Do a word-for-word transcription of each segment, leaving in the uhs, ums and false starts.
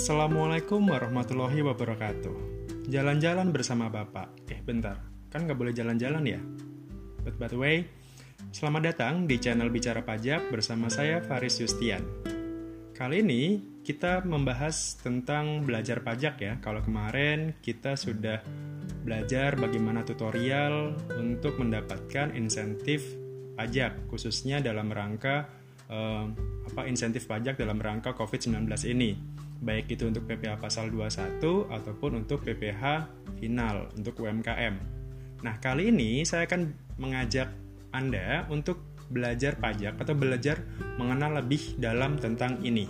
Assalamualaikum warahmatullahi wabarakatuh. Jalan-jalan bersama Bapak. Eh bentar, kan nggak boleh jalan-jalan ya? But by the way, selamat datang di channel Bicara Pajak bersama saya Faris Yustian. Kali ini kita membahas tentang belajar pajak ya. Kalau kemarin kita sudah belajar bagaimana tutorial untuk mendapatkan insentif pajak, khususnya dalam rangka eh, apa insentif pajak dalam rangka covid sembilan belas ini. Baik itu untuk P P H pasal dua puluh satu ataupun untuk P P H final untuk U M K M. Nah, kali ini saya akan mengajak Anda untuk belajar pajak atau belajar mengenal lebih dalam tentang ini.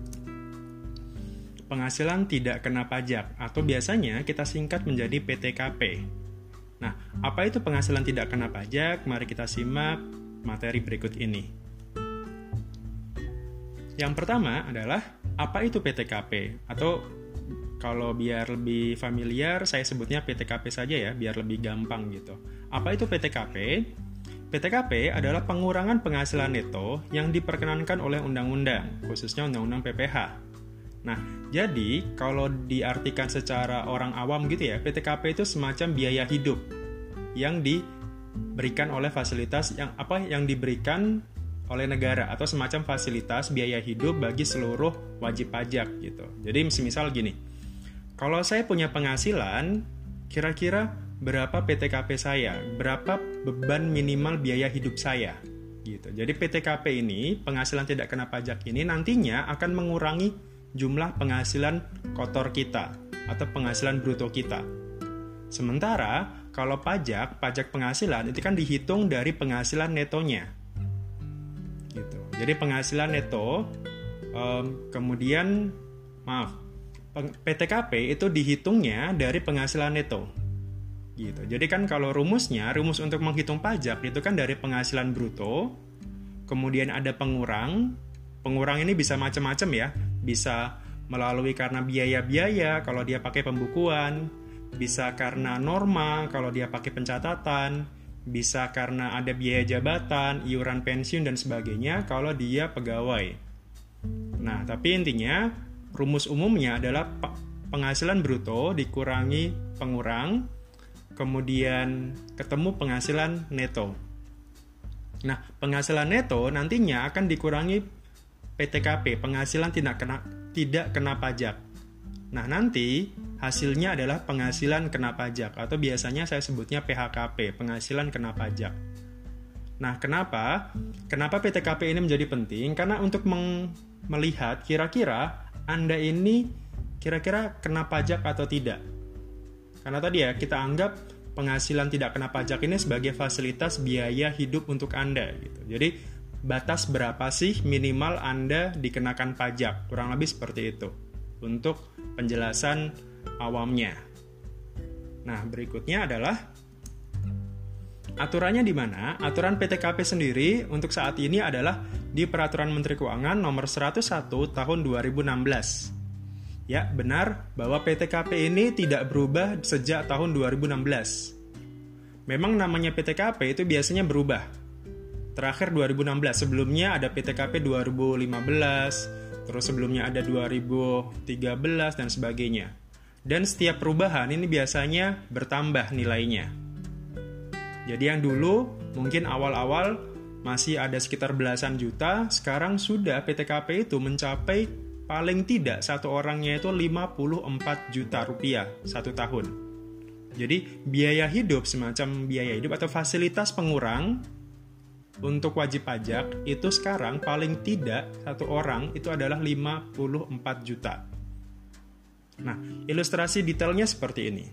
Penghasilan tidak kena pajak atau biasanya kita singkat menjadi P T K P. Nah, apa itu penghasilan tidak kena pajak? Mari kita simak materi berikut ini. Yang pertama adalah apa itu P T K P? Atau kalau biar lebih familiar, saya sebutnya P T K P saja ya, biar lebih gampang gitu. Apa itu P T K P? P T K P adalah pengurangan penghasilan neto yang diperkenankan oleh undang-undang, khususnya undang-undang P P H. Nah, jadi kalau diartikan secara orang awam gitu ya, P T K P itu semacam biaya hidup yang diberikan oleh fasilitas yang apa yang diberikan oleh negara atau semacam fasilitas biaya hidup bagi seluruh wajib pajak gitu. Jadi misal gini, kalau saya punya penghasilan, kira-kira berapa P T K P saya, berapa beban minimal biaya hidup saya gitu. Jadi P T K P ini, penghasilan tidak kena pajak ini nantinya akan mengurangi jumlah penghasilan kotor kita atau penghasilan bruto kita. Sementara kalau pajak, pajak penghasilan itu kan dihitung dari penghasilan netonya. Gitu. Jadi penghasilan neto, um, kemudian maaf, P T K P itu dihitungnya dari penghasilan neto. Gitu. Jadi kan kalau rumusnya, rumus untuk menghitung pajak itu kan dari penghasilan bruto, kemudian ada pengurang. Pengurang ini bisa macam-macam ya, bisa melalui karena biaya-biaya kalau dia pakai pembukuan, bisa karena norma kalau dia pakai pencatatan, bisa karena ada biaya jabatan, iuran pensiun, dan sebagainya kalau dia pegawai. Nah, tapi intinya, rumus umumnya adalah penghasilan bruto dikurangi pengurang, kemudian ketemu penghasilan neto. Nah, penghasilan neto nantinya akan dikurangi P T K P, penghasilan tidak kena, tidak kena pajak. Nah, nanti hasilnya adalah penghasilan kena pajak atau biasanya saya sebutnya P H K P, penghasilan kena pajak. Nah, kenapa? Kenapa P T K P ini menjadi penting? Karena untuk meng- melihat kira-kira Anda ini kira-kira kena pajak atau tidak. Karena tadi ya, kita anggap penghasilan tidak kena pajak ini sebagai fasilitas biaya hidup untuk Anda gitu. Jadi, batas berapa sih minimal Anda dikenakan pajak? Kurang lebih seperti itu untuk penjelasan awamnya. Nah, berikutnya adalah aturannya di mana? Aturan P T K P sendiri untuk saat ini adalah di Peraturan Menteri Keuangan nomor seratus satu tahun dua ribu enam belas. Ya, benar bahwa P T K P ini tidak berubah sejak tahun dua ribu enam belas. Memang namanya P T K P itu biasanya berubah. Terakhir dua ribu enam belas, sebelumnya ada P T K P dua ribu lima belas, terus sebelumnya ada dua ribu tiga belas dan sebagainya. Dan setiap perubahan ini biasanya bertambah nilainya. Jadi yang dulu mungkin awal-awal masih ada sekitar belasan juta, sekarang sudah P T K P itu mencapai paling tidak satu orangnya itu lima puluh empat juta rupiah satu tahun. Jadi biaya hidup semacam biaya hidup atau fasilitas pengurang untuk wajib pajak itu sekarang paling tidak satu orang itu adalah lima puluh empat juta. Nah, ilustrasi detailnya seperti ini.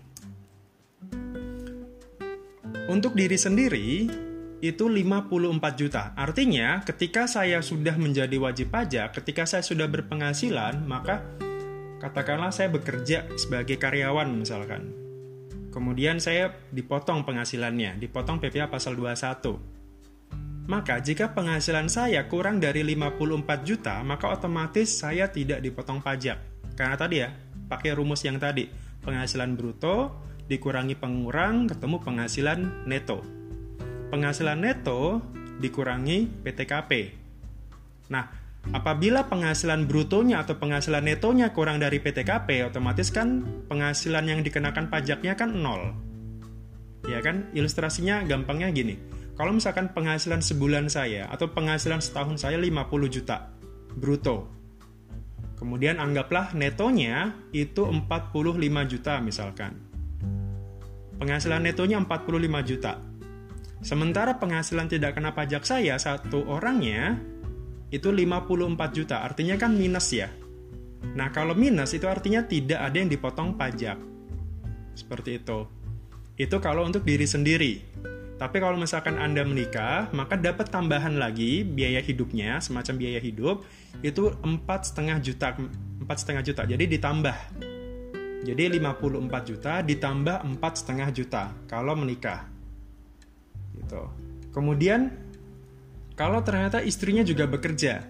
Untuk diri sendiri itu lima puluh empat juta. Artinya ketika saya sudah menjadi wajib pajak, ketika saya sudah berpenghasilan, maka katakanlah saya bekerja sebagai karyawan misalkan. Kemudian saya dipotong penghasilannya, dipotong P P H pasal dua puluh satu. Maka jika penghasilan saya kurang dari lima puluh empat juta, maka otomatis saya tidak dipotong pajak. Karena tadi ya, pakai rumus yang tadi, penghasilan bruto dikurangi pengurang, ketemu penghasilan neto. Penghasilan neto dikurangi P T K P. Nah, Apabila penghasilan brutonya atau penghasilan netonya kurang dari P T K P, otomatis kan penghasilan yang dikenakan pajaknya kan nol. Ya kan, ilustrasinya gampangnya gini. Kalau misalkan penghasilan sebulan saya atau penghasilan setahun saya lima puluh juta bruto. Kemudian anggaplah netonya itu empat puluh lima juta misalkan. Penghasilan netonya empat puluh lima juta. Sementara penghasilan tidak kena pajak saya satu orangnya itu lima puluh empat juta, artinya kan minus ya. Nah, kalau minus itu artinya tidak ada yang dipotong pajak. Seperti itu. Itu kalau untuk diri sendiri. Tapi kalau misalkan Anda menikah, maka dapat tambahan lagi biaya hidupnya, semacam biaya hidup, itu empat koma lima juta. empat koma lima juta, jadi ditambah. Jadi lima puluh empat juta ditambah empat koma lima juta kalau menikah. Gitu. Kemudian kalau ternyata istrinya juga bekerja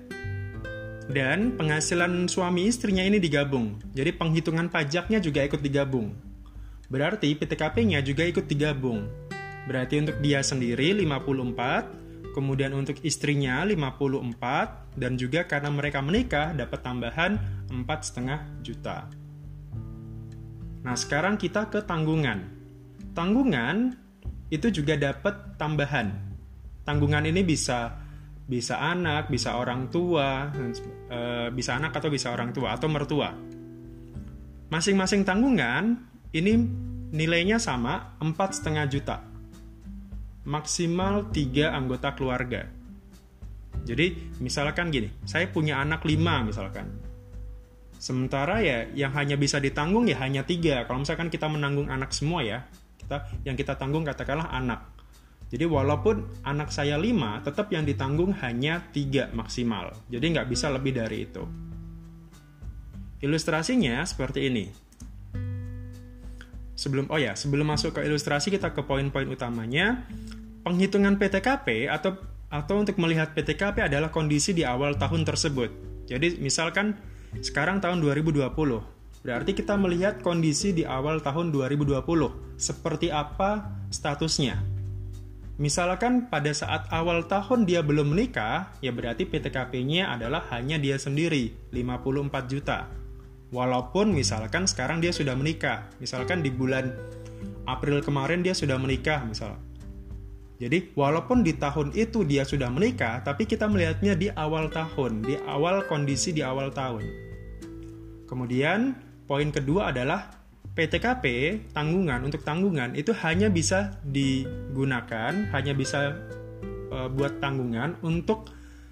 dan penghasilan suami istrinya ini digabung, jadi penghitungan pajaknya juga ikut digabung. Berarti P T K P-nya juga ikut digabung. Berarti untuk dia sendiri lima puluh empat, kemudian untuk istrinya lima puluh empat, dan juga karena mereka menikah dapat tambahan empat koma lima juta. Nah, sekarang kita ke tanggungan. Tanggungan itu juga dapat tambahan. Tanggungan ini bisa bisa anak, bisa orang tua, e, bisa anak atau bisa orang tua atau mertua. Masing-masing tanggungan ini nilainya sama empat koma lima juta. Maksimal tiga anggota keluarga. Jadi misalkan gini, saya punya anak lima misalkan. Sementara ya yang hanya bisa ditanggung ya hanya tiga. Kalau misalkan kita menanggung anak semua ya, kita yang kita tanggung katakanlah anak. Jadi walaupun anak saya lima, tetap yang ditanggung hanya tiga maksimal. Jadi nggak bisa lebih dari itu. Ilustrasinya seperti ini. Sebelum oh ya, sebelum masuk ke ilustrasi kita ke poin-poin utamanya. Penghitungan P T K P atau atau untuk melihat P T K P adalah kondisi di awal tahun tersebut. Jadi misalkan sekarang tahun dua ribu dua puluh. Berarti kita melihat kondisi di awal tahun dua ribu dua puluh. Seperti apa statusnya? Misalkan pada saat awal tahun dia belum menikah, ya berarti P T K P-nya adalah hanya dia sendiri, lima puluh empat juta. Walaupun misalkan sekarang dia sudah menikah, misalkan di bulan April kemarin dia sudah menikah misal. Jadi walaupun di tahun itu dia sudah menikah, tapi kita melihatnya di awal tahun, di awal kondisi di awal tahun. Kemudian poin kedua adalah P T K P, tanggungan, untuk tanggungan itu hanya bisa digunakan, hanya bisa e, buat tanggungan untuk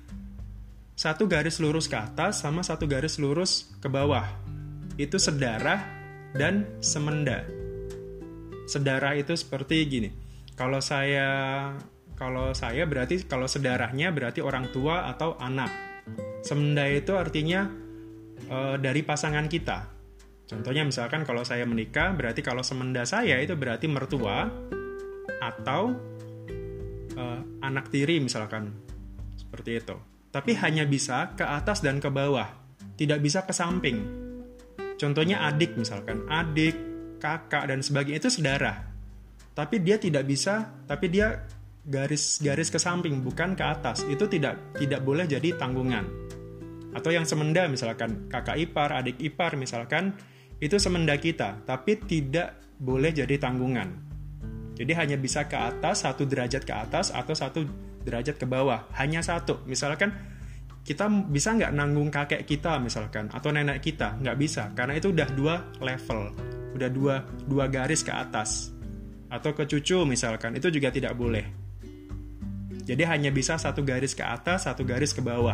satu garis lurus ke atas sama satu garis lurus ke bawah. Itu sedarah dan semenda. Sedarah itu seperti gini. Kalau saya kalau saya berarti kalau sedarahnya berarti orang tua atau anak. Semenda itu artinya e, dari pasangan kita. Contohnya misalkan kalau saya menikah, berarti kalau semenda saya itu berarti mertua atau uh, anak tiri misalkan. Seperti itu. Tapi hanya bisa ke atas dan ke bawah. Tidak bisa ke samping. Contohnya adik misalkan. Adik, kakak, dan sebagainya itu saudara. Tapi dia tidak bisa, tapi dia garis-garis ke samping, bukan ke atas. Itu tidak tidak boleh jadi tanggungan. Atau yang semenda misalkan, kakak ipar, adik ipar misalkan, itu semenda kita, tapi tidak boleh jadi tanggungan. Jadi hanya bisa ke atas, satu derajat ke atas, atau satu derajat ke bawah. Hanya satu. Misalkan, kita bisa nggak nanggung kakek kita misalkan, atau nenek kita? Nggak bisa, karena itu udah dua level. Udah dua, dua garis ke atas. Atau ke cucu misalkan, itu juga tidak boleh. Jadi hanya bisa satu garis ke atas, satu garis ke bawah.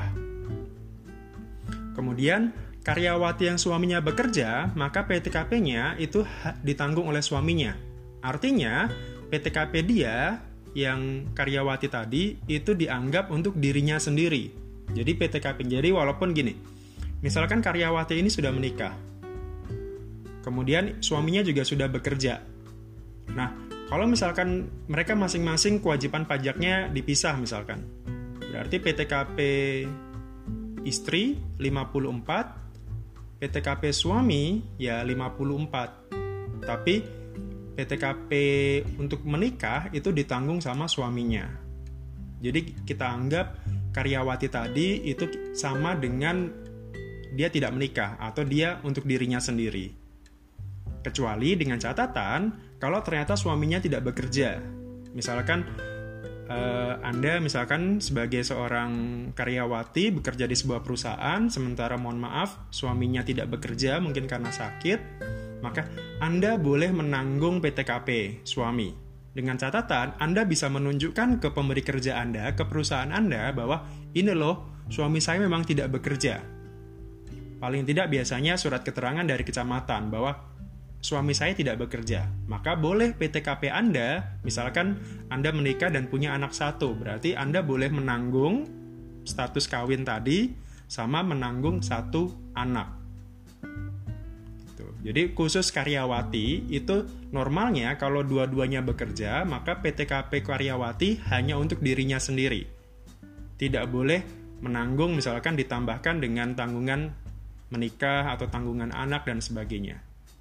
Kemudian, karyawati yang suaminya bekerja, maka P T K P-nya itu ditanggung oleh suaminya. Artinya, P T K P dia yang karyawati tadi itu dianggap untuk dirinya sendiri. Jadi P T K P, jadi walaupun gini, misalkan karyawati ini sudah menikah, kemudian suaminya juga sudah bekerja. Nah, kalau misalkan mereka masing-masing kewajiban pajaknya dipisah misalkan, berarti P T K P istri lima puluh empat, P T K P suami ya lima puluh empat. Tapi P T K P untuk menikah itu ditanggung sama suaminya. Jadi kita anggap karyawati tadi itu sama dengan dia tidak menikah atau dia untuk dirinya sendiri. Kecuali dengan catatan kalau ternyata suaminya tidak bekerja. Misalkan uh, Anda misalkan sebagai seorang karyawati bekerja di sebuah perusahaan, sementara mohon maaf suaminya tidak bekerja mungkin karena sakit, maka Anda boleh menanggung P T K P suami. Dengan catatan Anda bisa menunjukkan ke pemberi kerja Anda, ke perusahaan Anda bahwa ini loh suami saya memang tidak bekerja. Paling tidak biasanya surat keterangan dari kecamatan bahwa suami saya tidak bekerja, maka boleh P T K P Anda, misalkan Anda menikah dan punya anak satu, berarti Anda boleh menanggung status kawin tadi sama menanggung satu anak. Gitu. Jadi khusus karyawati itu normalnya kalau dua-duanya bekerja, maka P T K P karyawati hanya untuk dirinya sendiri. Tidak boleh menanggung misalkan ditambahkan dengan tanggungan menikah atau tanggungan anak dan sebagainya.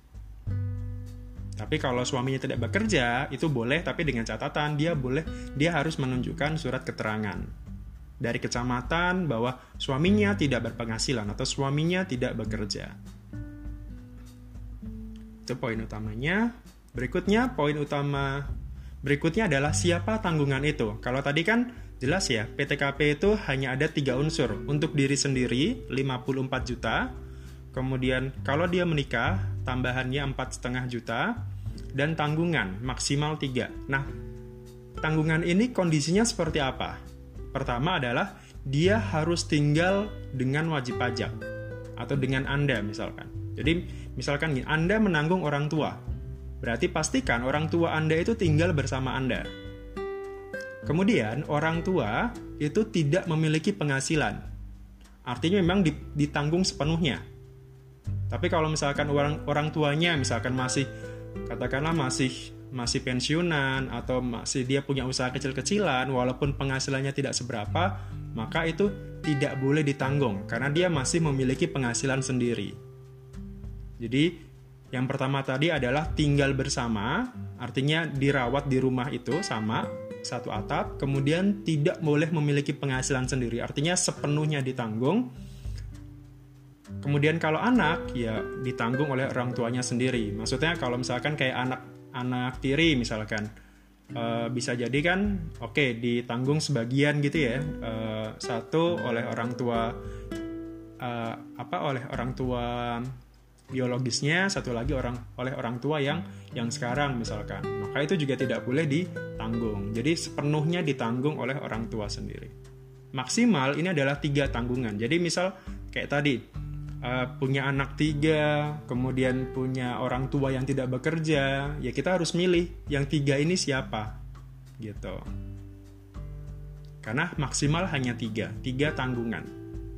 Tapi kalau suaminya tidak bekerja, itu boleh, tapi dengan catatan dia boleh, dia harus menunjukkan surat keterangan dari kecamatan bahwa suaminya tidak berpenghasilan atau suaminya tidak bekerja. Itu poin utamanya. Berikutnya, poin utama berikutnya adalah siapa tanggungan itu. Kalau tadi kan jelas ya, P T K P itu hanya ada tiga unsur. Untuk diri sendiri, lima puluh empat juta. Kemudian kalau dia menikah, tambahannya empat koma lima juta. Dan tanggungan, maksimal tiga. Nah, tanggungan ini kondisinya seperti apa? Pertama adalah, dia harus tinggal dengan wajib pajak. Atau dengan Anda misalkan. Jadi, misalkan gini, Anda menanggung orang tua. Berarti pastikan orang tua Anda itu tinggal bersama Anda. Kemudian, orang tua itu tidak memiliki penghasilan. Artinya memang ditanggung sepenuhnya. Tapi kalau misalkan orang orang tuanya misalkan masih katakanlah masih masih pensiunan atau masih dia punya usaha kecil-kecilan walaupun penghasilannya tidak seberapa, maka itu tidak boleh ditanggung karena dia masih memiliki penghasilan sendiri. Jadi yang pertama tadi adalah tinggal bersama, artinya dirawat di rumah itu sama satu atap, kemudian tidak boleh memiliki penghasilan sendiri, artinya sepenuhnya ditanggung. Kemudian kalau anak, ya ditanggung oleh orang tuanya sendiri. Maksudnya kalau misalkan kayak anak anak tiri misalkan, e, bisa jadi kan, oke okay, ditanggung sebagian gitu ya, e, satu oleh orang tua, e, apa oleh orang tua biologisnya, satu lagi orang oleh orang tua yang yang sekarang misalkan. Maka itu juga tidak boleh ditanggung. Jadi sepenuhnya ditanggung oleh orang tua sendiri. Maksimal ini adalah tiga tanggungan. Jadi misal kayak tadi. Uh, punya anak tiga, kemudian punya orang tua yang tidak bekerja, ya kita harus milih yang tiga ini siapa, gitu. Karena maksimal hanya tiga, tiga tanggungan.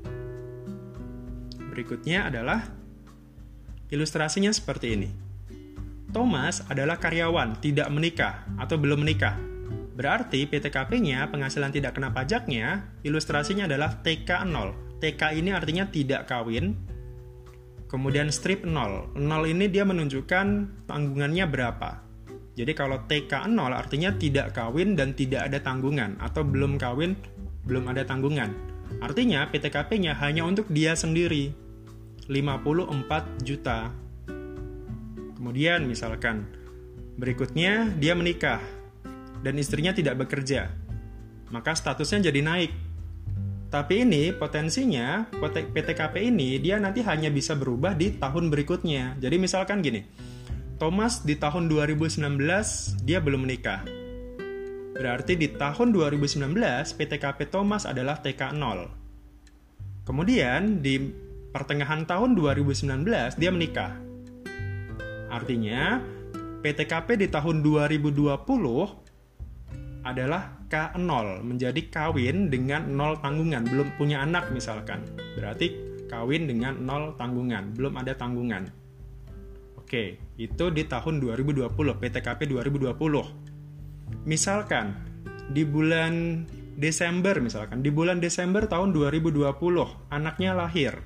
Berikutnya adalah ilustrasinya seperti ini. Thomas adalah karyawan, tidak menikah atau belum menikah. Berarti P T K P-nya, penghasilan tidak kena pajaknya, ilustrasinya adalah T K nol. T K ini artinya tidak kawin. Kemudian strip nol. nol ini dia menunjukkan tanggungannya berapa. Jadi kalau T K nol artinya tidak kawin dan tidak ada tanggungan. Atau belum kawin, belum ada tanggungan. Artinya P T K P-nya hanya untuk dia sendiri. lima puluh empat juta. Kemudian misalkan berikutnya dia menikah. Dan istrinya tidak bekerja. Maka statusnya jadi naik. Tapi ini potensinya P T K P ini dia nanti hanya bisa berubah di tahun berikutnya. Jadi misalkan gini, Thomas di tahun dua ribu sembilan belas dia belum menikah. Berarti di tahun dua ribu sembilan belas P T K P Thomas adalah T K nol. Kemudian di pertengahan tahun dua ribu sembilan belas dia menikah. Artinya P T K P di tahun dua ribu dua puluh adalah K nol, menjadi kawin dengan nol tanggungan, belum punya anak misalkan. Berarti kawin dengan nol tanggungan, belum ada tanggungan. Oke, itu di tahun dua ribu dua puluh, P T K P dua ribu dua puluh. Misalkan di bulan Desember misalkan, di bulan Desember tahun dua ribu dua puluh, anaknya lahir.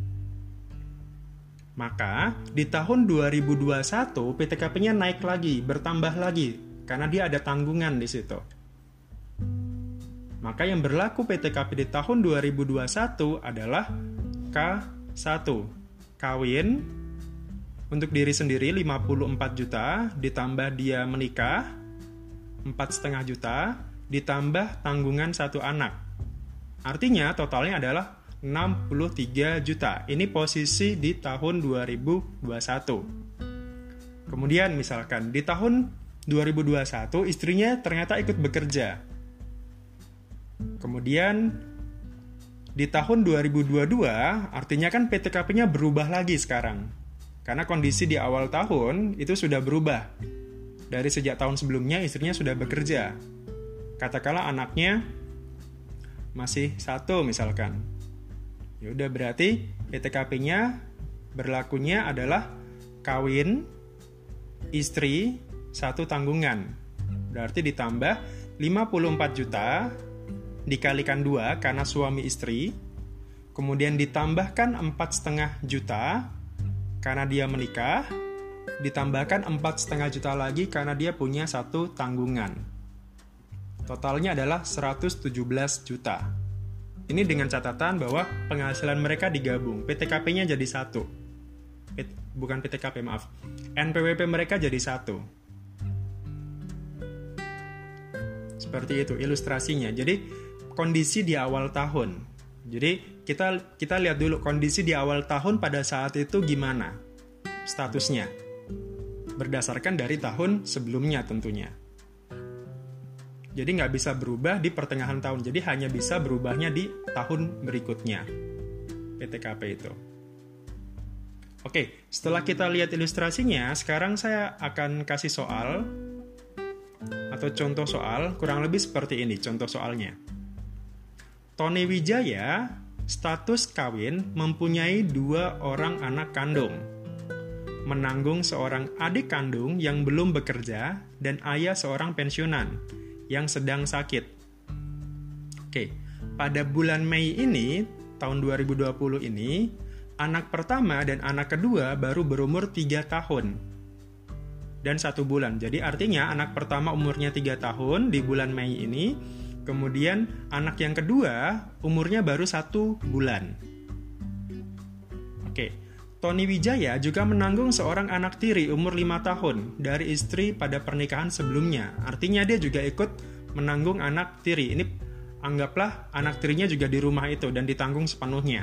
Maka di tahun dua ribu dua puluh satu P T K P-nya naik lagi, bertambah lagi karena dia ada tanggungan di situ. Maka yang berlaku P T K P di tahun dua ribu dua puluh satu adalah K satu. Kawin untuk diri sendiri lima puluh empat juta, ditambah dia menikah empat koma lima juta, ditambah tanggungan satu anak. Artinya totalnya adalah enam puluh tiga juta. Ini posisi di tahun dua ribu dua puluh satu. Kemudian misalkan di tahun dua ribu dua puluh satu istrinya ternyata ikut bekerja. Kemudian di tahun dua ribu dua puluh dua artinya kan P T K P-nya berubah lagi sekarang. Karena kondisi di awal tahun itu sudah berubah. Dari sejak tahun sebelumnya istrinya sudah bekerja. Katakanlah anaknya masih satu misalkan. Ya udah berarti P T K P-nya berlakunya adalah kawin, istri, satu tanggungan. Berarti ditambah lima puluh empat juta dikalikan dua karena suami istri, kemudian ditambahkan empat koma lima juta karena dia menikah, ditambahkan empat koma lima juta lagi karena dia punya satu tanggungan. Totalnya adalah seratus tujuh belas juta. Ini dengan catatan bahwa penghasilan mereka digabung, P T K P-nya jadi satu. Bukan P T K P, maaf. N P W P mereka jadi satu. Seperti itu ilustrasinya. Jadi kondisi di awal tahun. Jadi kita kita lihat dulu kondisi di awal tahun pada saat itu gimana statusnya. Berdasarkan dari tahun sebelumnya tentunya. Jadi nggak bisa berubah di pertengahan tahun. Jadi hanya bisa berubahnya di tahun berikutnya. P T K P itu. Oke, setelah kita lihat ilustrasinya, sekarang saya akan kasih soal atau contoh soal kurang lebih seperti ini contoh soalnya. Tony Wijaya status kawin mempunyai dua orang anak kandung, menanggung seorang adik kandung yang belum bekerja dan ayah seorang pensiunan yang sedang sakit. Oke, pada bulan Mei ini, tahun dua ribu dua puluh ini, anak pertama dan anak kedua baru berumur tiga tahun dan satu bulan. Jadi artinya anak pertama umurnya tiga tahun di bulan Mei ini, kemudian anak yang kedua umurnya baru satu bulan. Oke, Tony Wijaya juga menanggung seorang anak tiri umur lima tahun dari istri pada pernikahan sebelumnya. Artinya dia juga ikut menanggung anak tiri. Ini anggaplah anak tirinya juga di rumah itu dan ditanggung sepenuhnya.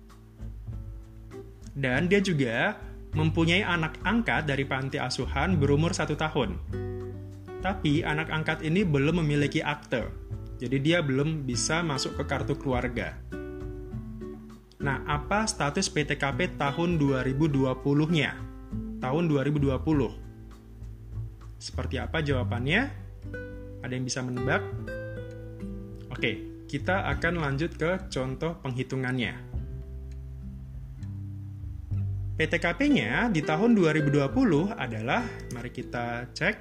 Dan dia juga mempunyai anak angkat dari panti asuhan berumur satu tahun. Tapi anak angkat ini belum memiliki akte. Jadi dia belum bisa masuk ke kartu keluarga. Nah, apa status P T K P tahun dua ribu dua puluh-nya? Tahun dua ribu dua puluh. Seperti apa jawabannya? Ada yang bisa menebak? Oke, kita akan lanjut ke contoh penghitungannya. P T K P-nya di tahun dua ribu dua puluh adalah, mari kita cek.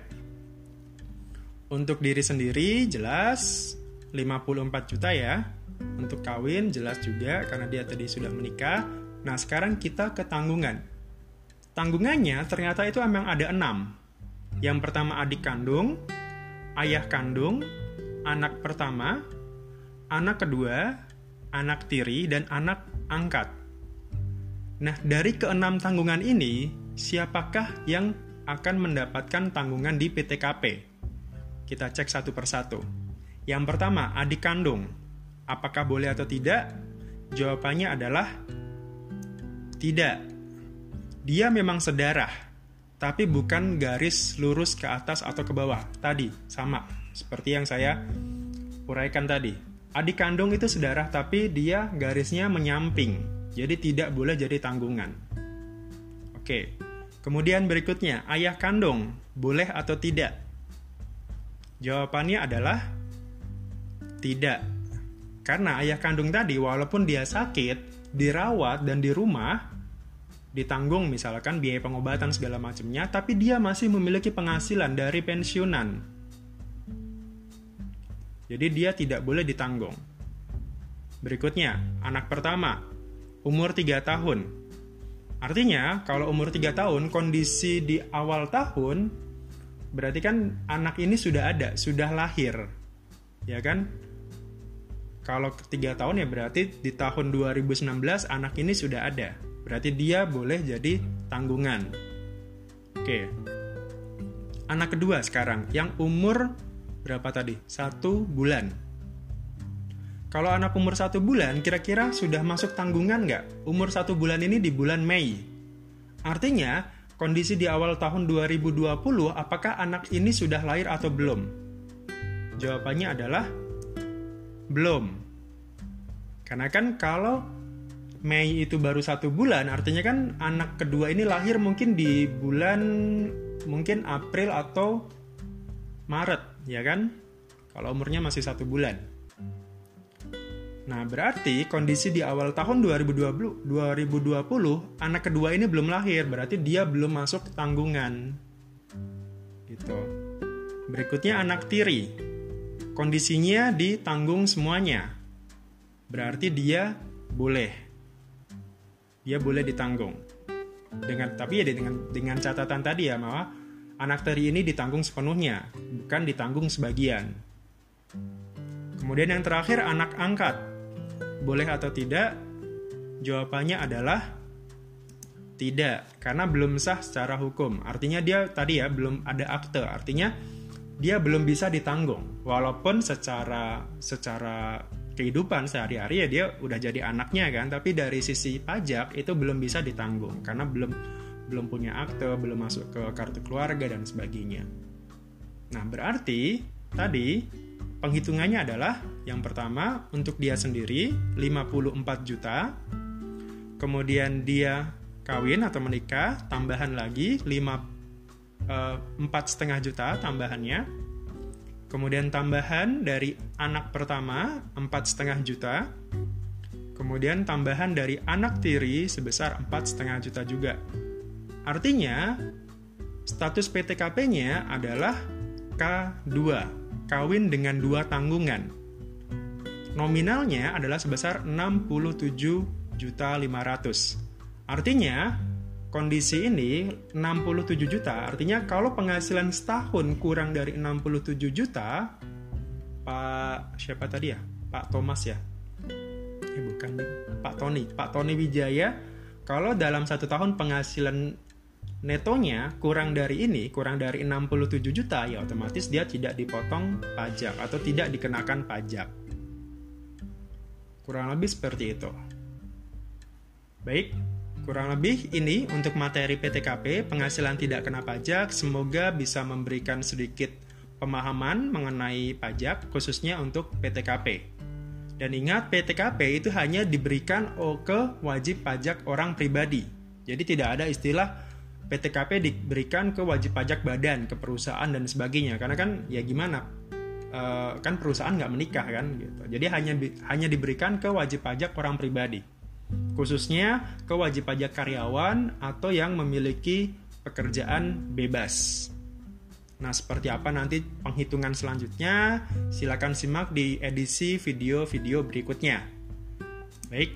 Untuk diri sendiri jelas lima puluh empat juta ya. Untuk kawin jelas juga karena dia tadi sudah menikah. Nah, sekarang kita ke tanggungan. Tanggungannya ternyata itu memang ada enam. Yang pertama adik kandung, ayah kandung, anak pertama, anak kedua, anak tiri, dan anak angkat. Nah, dari keenam tanggungan ini, siapakah yang akan mendapatkan tanggungan di P T K P? Kita cek satu persatu. Yang pertama, adik kandung. Apakah boleh atau tidak? Jawabannya adalah tidak. Dia memang sedarah, tapi bukan garis lurus ke atas atau ke bawah. Tadi, sama. Seperti yang saya uraikan tadi. Adik kandung itu sedarah, tapi dia garisnya menyamping. Jadi tidak boleh jadi tanggungan. Oke. Kemudian berikutnya, ayah kandung. Boleh atau tidak? Jawabannya adalah tidak. Karena ayah kandung tadi walaupun dia sakit, dirawat dan di rumah, ditanggung misalkan biaya pengobatan segala macamnya, tapi dia masih memiliki penghasilan dari pensiunan. Jadi dia tidak boleh ditanggung. Berikutnya, anak pertama, umur tiga tahun. Artinya, kalau umur tiga tahun, kondisi di awal tahun, berarti kan anak ini sudah ada, sudah lahir. Ya kan? Kalau tiga tahun ya berarti di tahun dua ribu sembilan belas anak ini sudah ada. Berarti dia boleh jadi tanggungan. Oke. Anak kedua sekarang, yang umur berapa tadi? Satu bulan. Kalau anak umur satu bulan, kira-kira sudah masuk tanggungan nggak? Umur satu bulan ini di bulan Mei. Artinya, kondisi di awal tahun dua ribu dua puluh, apakah anak ini sudah lahir atau belum? Jawabannya adalah belum. Karena kan kalau Mei itu baru satu bulan, artinya kan anak kedua ini lahir mungkin di bulan mungkin April atau Maret, ya kan? Kalau umurnya masih satu bulan. Nah, berarti kondisi di awal tahun dua ribu dua puluh, anak kedua ini belum lahir, berarti dia belum masuk tanggungan. Gitu. Berikutnya anak tiri. Kondisinya ditanggung semuanya. Berarti dia boleh. Dia boleh ditanggung. Dengan tapi ya dengan dengan catatan tadi ya, bahwa anak tiri ini ditanggung sepenuhnya, bukan ditanggung sebagian. Kemudian yang terakhir anak angkat. Boleh atau tidak? Jawabannya adalah tidak, karena belum sah secara hukum. Artinya dia tadi ya belum ada akte, artinya dia belum bisa ditanggung. Walaupun secara secara kehidupan sehari-hari ya dia udah jadi anaknya kan, tapi dari sisi pajak itu belum bisa ditanggung karena belum belum punya akte, belum masuk ke kartu keluarga dan sebagainya. Nah, berarti tadi penghitungannya adalah yang pertama untuk dia sendiri lima puluh empat juta. Kemudian dia kawin atau menikah tambahan lagi lima empat setengah juta tambahannya. Kemudian tambahan dari anak pertama empat setengah juta. Kemudian tambahan dari anak tiri sebesar empat setengah juta juga. Artinya status P T K P-nya adalah K dua, kawin dengan dua tanggungan. Nominalnya adalah sebesar enam puluh tujuh juta lima ratus. Artinya kondisi ini enam puluh tujuh juta, artinya kalau penghasilan setahun kurang dari enam puluh tujuh juta, Pak siapa tadi ya? Pak Thomas ya? Eh bukan, Pak Tony. Pak Tony Wijaya, kalau dalam satu tahun penghasilan netonya kurang dari ini, kurang dari enam puluh tujuh juta, ya otomatis dia tidak dipotong pajak atau tidak dikenakan pajak. Kurang lebih seperti itu. Baik. Kurang lebih ini untuk materi P T K P, penghasilan tidak kena pajak. Semoga bisa memberikan sedikit pemahaman mengenai pajak, khususnya untuk P T K P. Dan ingat, P T K P itu hanya diberikan ke wajib pajak orang pribadi. Jadi tidak ada istilah P T K P diberikan ke wajib pajak badan, ke perusahaan dan sebagainya. Karena kan ya gimana, e, kan perusahaan nggak menikah kan. Gitu. Jadi hanya hanya diberikan ke wajib pajak orang pribadi. Khususnya ke wajib pajak karyawan atau yang memiliki pekerjaan bebas. Nah, seperti apa nanti penghitungan selanjutnya? Silakan simak di edisi video-video berikutnya. Baik.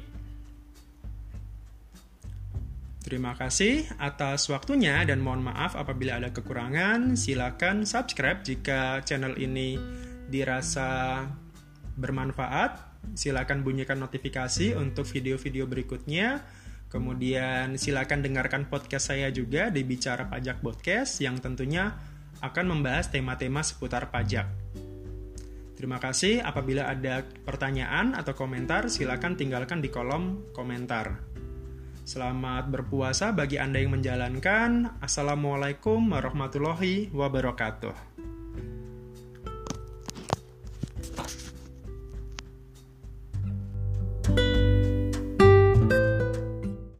Terima kasih atas waktunya dan mohon maaf apabila ada kekurangan. Silakan subscribe jika channel ini dirasa bermanfaat. Silakan bunyikan notifikasi untuk video-video berikutnya. Kemudian silakan dengarkan podcast saya juga di Bicara Pajak Podcast yang tentunya akan membahas tema-tema seputar pajak. Terima kasih. Apabila ada pertanyaan atau komentar, silakan tinggalkan di kolom komentar. Selamat berpuasa bagi Anda yang menjalankan. Assalamualaikum warahmatullahi wabarakatuh.